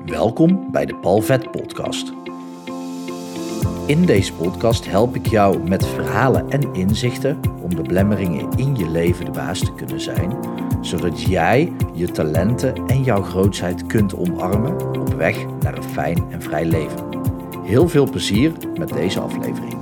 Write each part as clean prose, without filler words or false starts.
Welkom bij de Paul Vet Podcast. In deze podcast help ik jou met verhalen en inzichten om de belemmeringen in je leven de baas te kunnen zijn, zodat jij je talenten en jouw grootsheid kunt omarmen op weg naar een fijn en vrij leven. Heel veel plezier met deze aflevering.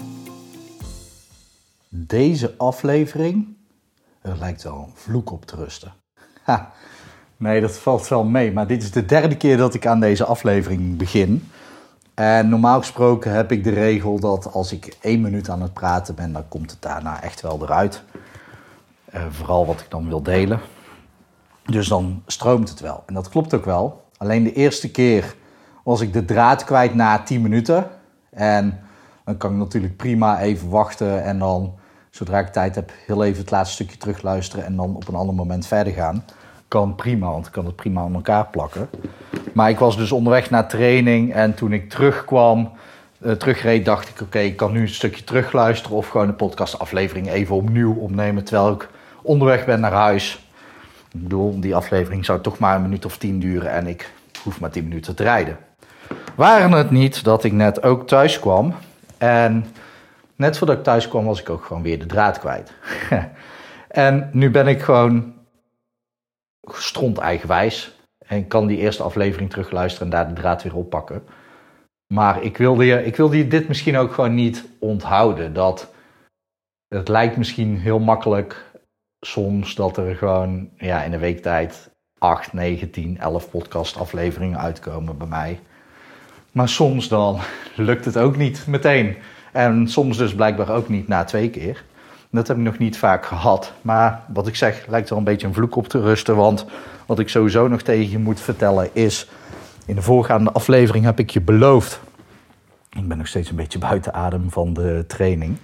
Deze aflevering, er lijkt wel een vloek op te rusten. Nee, dat valt wel mee, maar dit is de derde keer dat ik aan deze aflevering begin. En normaal gesproken heb ik de regel dat als ik 1 minuut aan het praten ben, dan komt het daarna echt wel eruit. Vooral wat ik dan wil delen. Dus dan stroomt het wel. En dat klopt ook wel. Alleen de eerste keer was ik de draad kwijt na 10 minuten. En dan kan ik natuurlijk prima even wachten en dan, zodra ik tijd heb, heel even het laatste stukje terugluisteren en dan op een ander moment verder gaan. Kan prima, want ik kan het prima aan elkaar plakken. Maar ik was dus onderweg naar training en toen ik terugreed, dacht ik, oké, ik kan nu een stukje terugluisteren of gewoon de podcastaflevering even opnieuw opnemen terwijl ik onderweg ben naar huis. Ik bedoel, die aflevering zou toch maar 1 minuut of 10 duren en ik hoef maar 10 minuten te rijden. Waren het niet dat ik net ook thuis kwam en net voordat ik thuis kwam was ik ook gewoon weer de draad kwijt. En nu ben ik gewoon stront eigenwijs en kan die eerste aflevering terugluisteren en daar de draad weer oppakken. Maar ik wilde je dit misschien ook gewoon niet onthouden. Dat het lijkt misschien heel makkelijk soms dat er gewoon in een week tijd 8, 9, 10, 11 podcastafleveringen uitkomen bij mij. Maar soms dan lukt het ook niet meteen. En soms dus blijkbaar ook niet na 2 keer. Dat heb ik nog niet vaak gehad. Maar wat ik zeg, lijkt er een beetje een vloek op te rusten. Want wat ik sowieso nog tegen je moet vertellen is, in de voorgaande aflevering heb ik je beloofd. Ik ben nog steeds een beetje buiten adem van de training.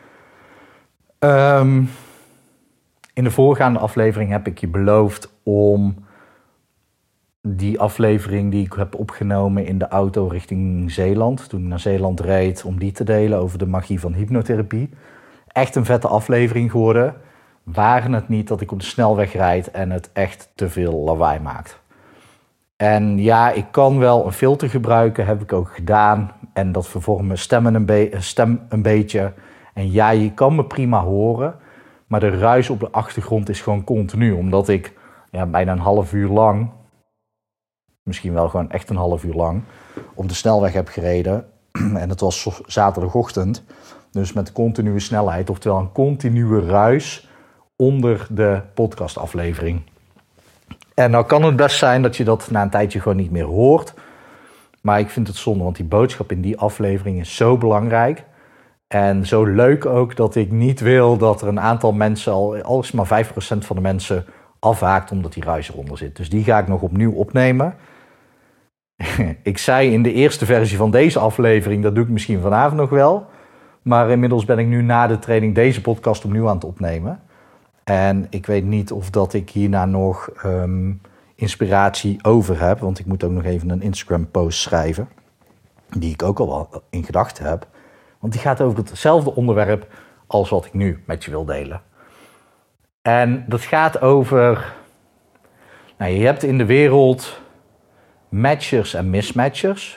In de voorgaande aflevering heb ik je beloofd om die aflevering die ik heb opgenomen in de auto richting Zeeland, toen ik naar Zeeland reed, om die te delen over de magie van hypnotherapie. Echt een vette aflevering geworden. Waren het niet dat ik op de snelweg rijd en het echt te veel lawaai maakt. En ja, ik kan wel een filter gebruiken, heb ik ook gedaan. En dat vervormt mijn stem een beetje. En ja, je kan me prima horen. Maar de ruis op de achtergrond is gewoon continu. Omdat ik bijna een half uur lang, misschien wel gewoon echt een half uur lang, op de snelweg heb gereden. En het was zaterdagochtend. Dus met continue snelheid, oftewel een continue ruis onder de podcastaflevering. En nou kan het best zijn dat je dat na een tijdje gewoon niet meer hoort. Maar ik vind het zonde, want die boodschap in die aflevering is zo belangrijk. En zo leuk ook dat ik niet wil dat er een aantal mensen, al is maar 5% van de mensen, afhaakt omdat die ruis eronder zit. Dus die ga ik nog opnieuw opnemen. Ik zei in de eerste versie van deze aflevering, dat doe ik misschien vanavond nog wel. Maar inmiddels ben ik nu na de training deze podcast opnieuw aan het opnemen. En ik weet niet of dat ik hierna nog inspiratie over heb. Want ik moet ook nog even een Instagram post schrijven. Die ik ook al wel in gedachten heb. Want die gaat over hetzelfde onderwerp als wat ik nu met je wil delen. En dat gaat over, je hebt in de wereld matchers en mismatchers.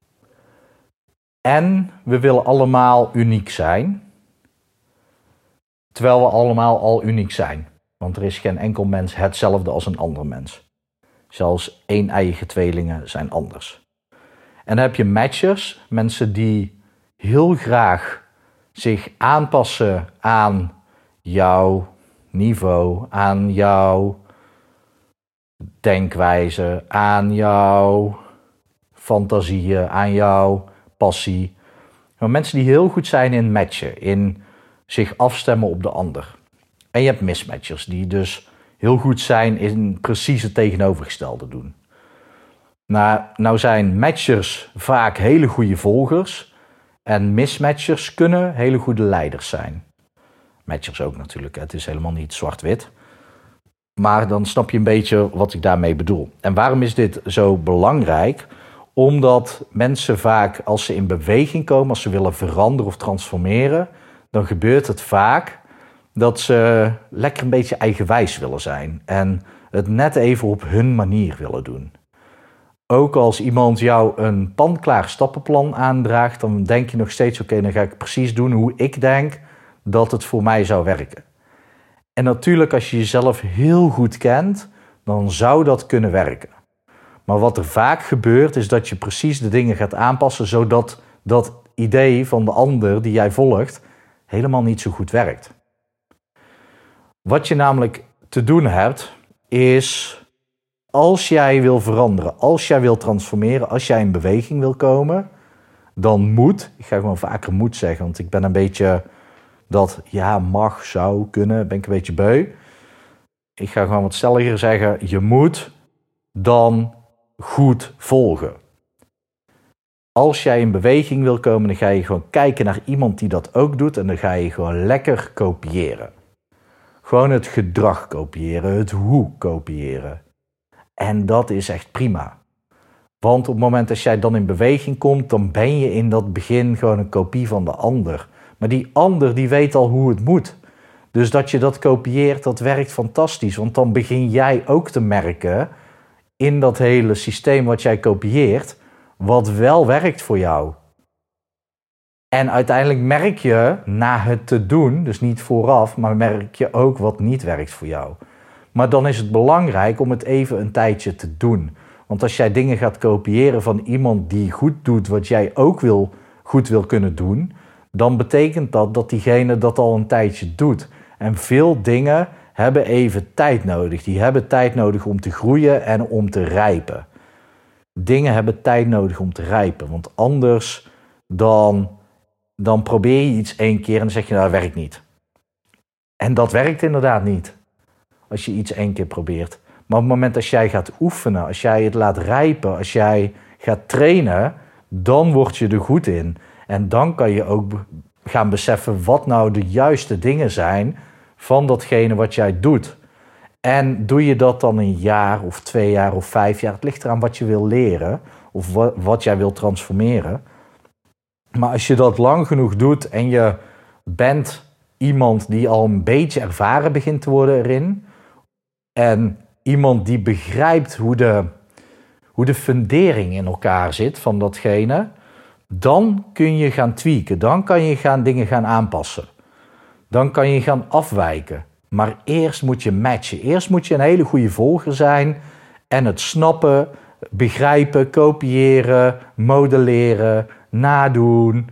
En we willen allemaal uniek zijn. Terwijl we allemaal al uniek zijn. Want er is geen enkel mens hetzelfde als een ander mens. Zelfs één-eiige tweelingen zijn anders. En dan heb je matchers. Mensen die heel graag zich aanpassen aan jouw niveau. Aan jouw denkwijze. Aan jouw fantasieën. Aan jouw passie. Maar mensen die heel goed zijn in matchen, in zich afstemmen op de ander. En je hebt mismatchers die dus heel goed zijn in precies het tegenovergestelde doen. Nou zijn matchers vaak hele goede volgers en mismatchers kunnen hele goede leiders zijn. Matchers ook natuurlijk, het is helemaal niet zwart-wit. Maar dan snap je een beetje wat ik daarmee bedoel. En waarom is dit zo belangrijk? Omdat mensen vaak, als ze in beweging komen, als ze willen veranderen of transformeren, dan gebeurt het vaak dat ze lekker een beetje eigenwijs willen zijn. En het net even op hun manier willen doen. Ook als iemand jou een panklaar stappenplan aandraagt, dan denk je nog steeds, oké, dan ga ik precies doen hoe ik denk dat het voor mij zou werken. En natuurlijk, als je jezelf heel goed kent, dan zou dat kunnen werken. Maar wat er vaak gebeurt, is dat je precies de dingen gaat aanpassen, zodat dat idee van de ander die jij volgt helemaal niet zo goed werkt. Wat je namelijk te doen hebt, is als jij wil veranderen, als jij wil transformeren, als jij in beweging wil komen, dan moet, ik ga gewoon vaker moet zeggen, want ik ben een beetje dat ja, mag, zou, kunnen, ben ik een beetje beu. Ik ga gewoon wat stelliger zeggen, je moet dan goed volgen. Als jij in beweging wil komen, dan ga je gewoon kijken naar iemand die dat ook doet en dan ga je gewoon lekker kopiëren. Gewoon het gedrag kopiëren, het hoe kopiëren. En dat is echt prima. Want op het moment dat jij dan in beweging komt, dan ben je in dat begin gewoon een kopie van de ander. Maar die ander die weet al hoe het moet. Dus dat je dat kopieert, dat werkt fantastisch. Want dan begin jij ook te merken in dat hele systeem wat jij kopieert, wat wel werkt voor jou. En uiteindelijk merk je na het te doen, dus niet vooraf, maar merk je ook wat niet werkt voor jou. Maar dan is het belangrijk om het even een tijdje te doen. Want als jij dingen gaat kopiëren van iemand die goed doet wat jij ook goed wil kunnen doen, dan betekent dat dat diegene dat al een tijdje doet. En veel dingen hebben even tijd nodig. Die hebben tijd nodig om te groeien en om te rijpen. Dingen hebben tijd nodig om te rijpen. Want anders dan probeer je iets 1 keer en dan zeg je, nou, dat werkt niet. En dat werkt inderdaad niet. Als je iets 1 keer probeert. Maar op het moment dat jij gaat oefenen, als jij het laat rijpen, als jij gaat trainen, dan word je er goed in. En dan kan je ook gaan beseffen wat nou de juiste dingen zijn van datgene wat jij doet. En doe je dat dan 1 jaar of 2 jaar of 5 jaar, het ligt eraan wat je wil leren of wat jij wil transformeren. Maar als je dat lang genoeg doet en je bent iemand die al een beetje ervaren begint te worden erin, en iemand die begrijpt hoe de fundering in elkaar zit van datgene, dan kun je gaan tweaken. Dan kan je dingen gaan aanpassen. Dan kan je gaan afwijken. Maar eerst moet je matchen. Eerst moet je een hele goede volger zijn en het snappen, begrijpen, kopiëren, modelleren, nadoen.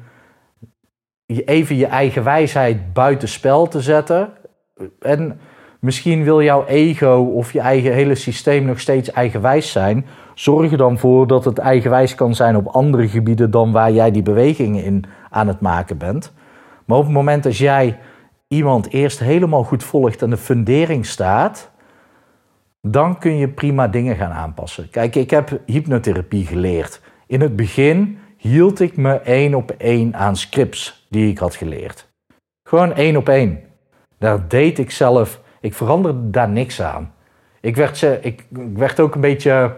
Even je eigen wijsheid buitenspel te zetten. En misschien wil jouw ego of je eigen hele systeem nog steeds eigenwijs zijn. Zorg er dan voor dat het eigenwijs kan zijn op andere gebieden dan waar jij die bewegingen in aan het maken bent. Maar op het moment dat jij iemand eerst helemaal goed volgt en de fundering staat, dan kun je prima dingen gaan aanpassen. Kijk, ik heb hypnotherapie geleerd. In het begin hield ik me 1-op-1 aan scripts die ik had geleerd. Gewoon 1-op-1. Daar deed ik zelf. Ik veranderde daar niks aan. Ik werd ook een beetje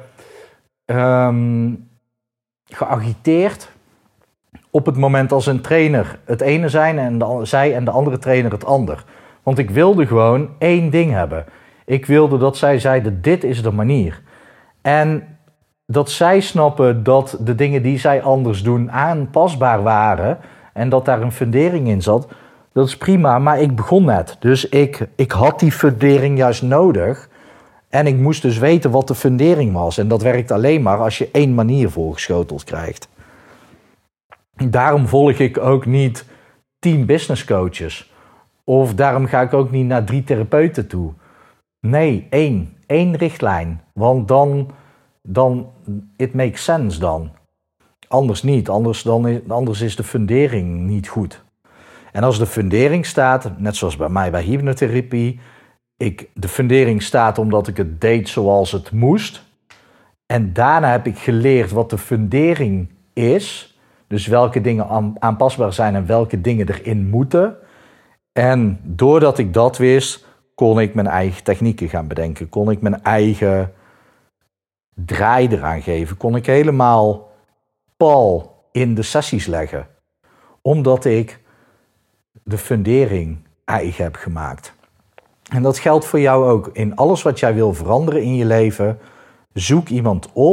geagiteerd op het moment als een trainer het ene zei en de andere trainer het ander. Want ik wilde gewoon 1 ding hebben. Ik wilde dat zij zeiden, dit is de manier. En dat zij snappen dat de dingen die zij anders doen aanpasbaar waren en dat daar een fundering in zat, dat is prima, maar ik begon net. Dus ik had die fundering juist nodig. En ik moest dus weten wat de fundering was. En dat werkt alleen maar als je 1 manier voorgeschoteld krijgt. Daarom volg ik ook niet 10 business coaches. Of daarom ga ik ook niet naar 3 therapeuten toe. Nee, 1 richtlijn. Want dan it makes sense dan. Anders niet. Anders is de fundering niet goed. En als de fundering staat, net zoals bij mij bij hypnotherapie, de fundering staat omdat ik het deed zoals het moest. En daarna heb ik geleerd wat de fundering is. Dus welke dingen aanpasbaar zijn en welke dingen erin moeten. En doordat ik dat wist, kon ik mijn eigen technieken gaan bedenken. Kon ik mijn eigen draai eraan geven. Kon ik helemaal pal in de sessies leggen. Omdat ik de fundering eigen heb gemaakt. En dat geldt voor jou ook. In alles wat jij wil veranderen in je leven, zoek iemand op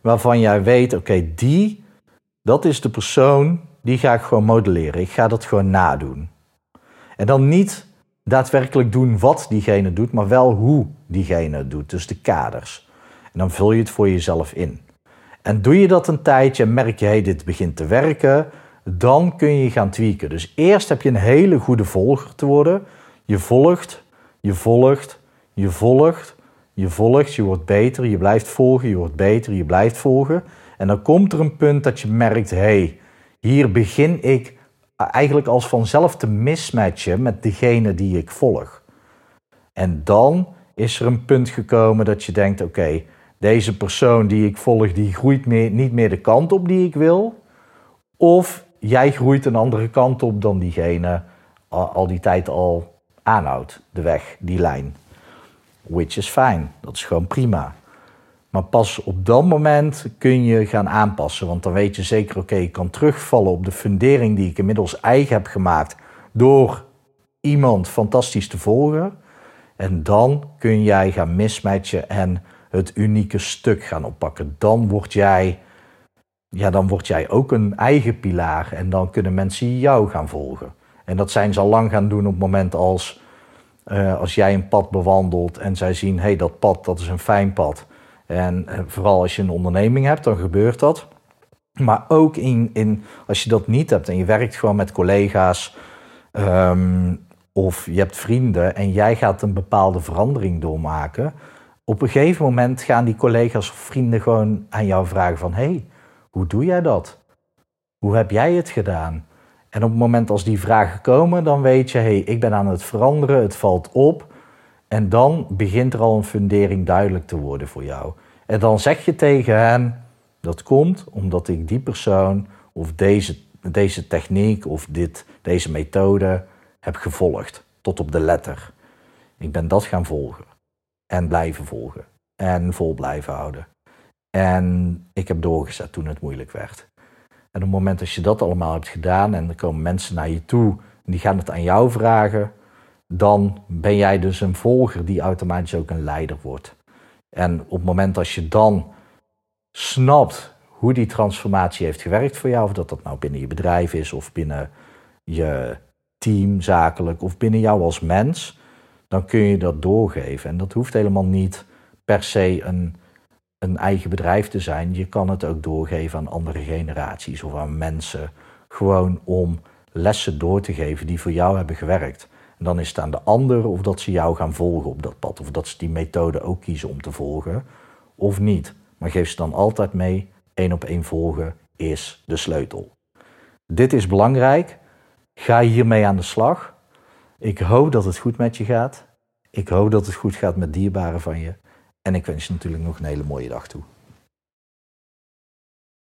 waarvan jij weet, oké, dat is de persoon, die ga ik gewoon modelleren. Ik ga dat gewoon nadoen. En dan niet daadwerkelijk doen wat diegene doet, maar wel hoe diegene het doet. Dus de kaders. En dan vul je het voor jezelf in. En doe je dat een tijdje en merk je, hey, dit begint te werken, dan kun je gaan tweaken. Dus eerst heb je een hele goede volger te worden. Je volgt, je volgt, je volgt, je volgt, je wordt beter, je blijft volgen, je wordt beter, je blijft volgen. En dan komt er een punt dat je merkt, hey, hier begin ik eigenlijk als vanzelf te mismatchen met degene die ik volg. En dan is er een punt gekomen dat je denkt, oké, deze persoon die ik volg, die groeit niet meer de kant op die ik wil. Of jij groeit een andere kant op dan diegene al die tijd al aanhoudt, de weg, die lijn. Which is fine, dat is gewoon prima. Maar pas op dat moment kun je gaan aanpassen. Want dan weet je zeker, oké, ik kan terugvallen op de fundering die ik inmiddels eigen heb gemaakt door iemand fantastisch te volgen. En dan kun jij gaan mismatchen en het unieke stuk gaan oppakken. Dan word jij ook een eigen pilaar en dan kunnen mensen jou gaan volgen. En dat zijn ze al lang gaan doen op het moment als jij een pad bewandelt en zij zien, hey, dat pad, dat is een fijn pad. En vooral als je een onderneming hebt, dan gebeurt dat. Maar ook als je dat niet hebt en je werkt gewoon met collega's of je hebt vrienden en jij gaat een bepaalde verandering doormaken. Op een gegeven moment gaan die collega's of vrienden gewoon aan jou vragen van, hey, hoe doe jij dat? Hoe heb jij het gedaan? En op het moment als die vragen komen, dan weet je, hey, ik ben aan het veranderen, het valt op. En dan begint er al een fundering duidelijk te worden voor jou. En dan zeg je tegen hen, dat komt omdat ik die persoon of deze techniek of deze methode heb gevolgd. Tot op de letter. Ik ben dat gaan volgen. En blijven volgen. En vol blijven houden. En ik heb doorgezet toen het moeilijk werd. En op het moment dat je dat allemaal hebt gedaan en er komen mensen naar je toe en die gaan het aan jou vragen, dan ben jij dus een volger die automatisch ook een leider wordt. En op het moment dat je dan snapt hoe die transformatie heeft gewerkt voor jou, of dat nou binnen je bedrijf is of binnen je team zakelijk of binnen jou als mens, dan kun je dat doorgeven. En dat hoeft helemaal niet per se een eigen bedrijf te zijn. Je kan het ook doorgeven aan andere generaties of aan mensen. Gewoon om lessen door te geven die voor jou hebben gewerkt. En dan is het aan de ander of dat ze jou gaan volgen op dat pad. Of dat ze die methode ook kiezen om te volgen of niet. Maar geef ze dan altijd mee, 1-op-1 volgen is de sleutel. Dit is belangrijk. Ga hiermee aan de slag. Ik hoop dat het goed met je gaat. Ik hoop dat het goed gaat met dierbaren van je. En ik wens je natuurlijk nog een hele mooie dag toe.